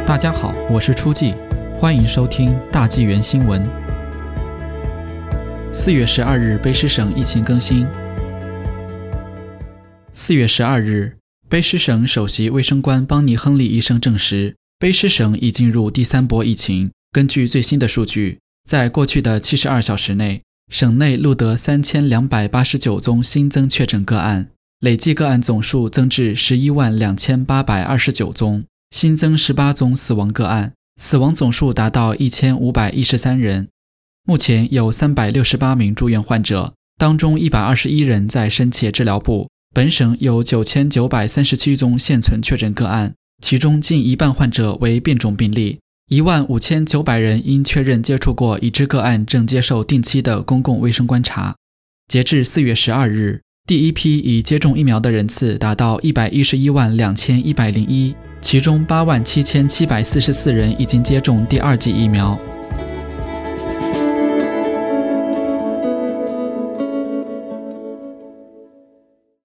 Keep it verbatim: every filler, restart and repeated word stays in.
大家好，我是初季，欢迎收听大纪元新闻。四月十二日，卑诗省疫情更新。四月十二日，卑诗省首席卫生官邦尼·亨利医生证实，卑诗省已进入第三波疫情。根据最新的数据，在过去的七十二小时内，省内录得三千两百八十九宗新增确诊个案，累计个案总数增至十一万两千八百二十九宗，新增十八宗死亡个案，死亡总数达到一千五百一十三人。目前有三百六十八名住院患者，当中一百二十一人在深切治疗部。本省有九千九百三十七宗现存确诊个案，其中近一半患者为变种病例，一万五千九百人因确认接触过已知个案正接受定期的公共卫生观察。截至四月十二日，第一批已接种疫苗的人次达到一百一十一万两千一百零一，其中八万七千七百四十四人已经接种第二剂疫苗。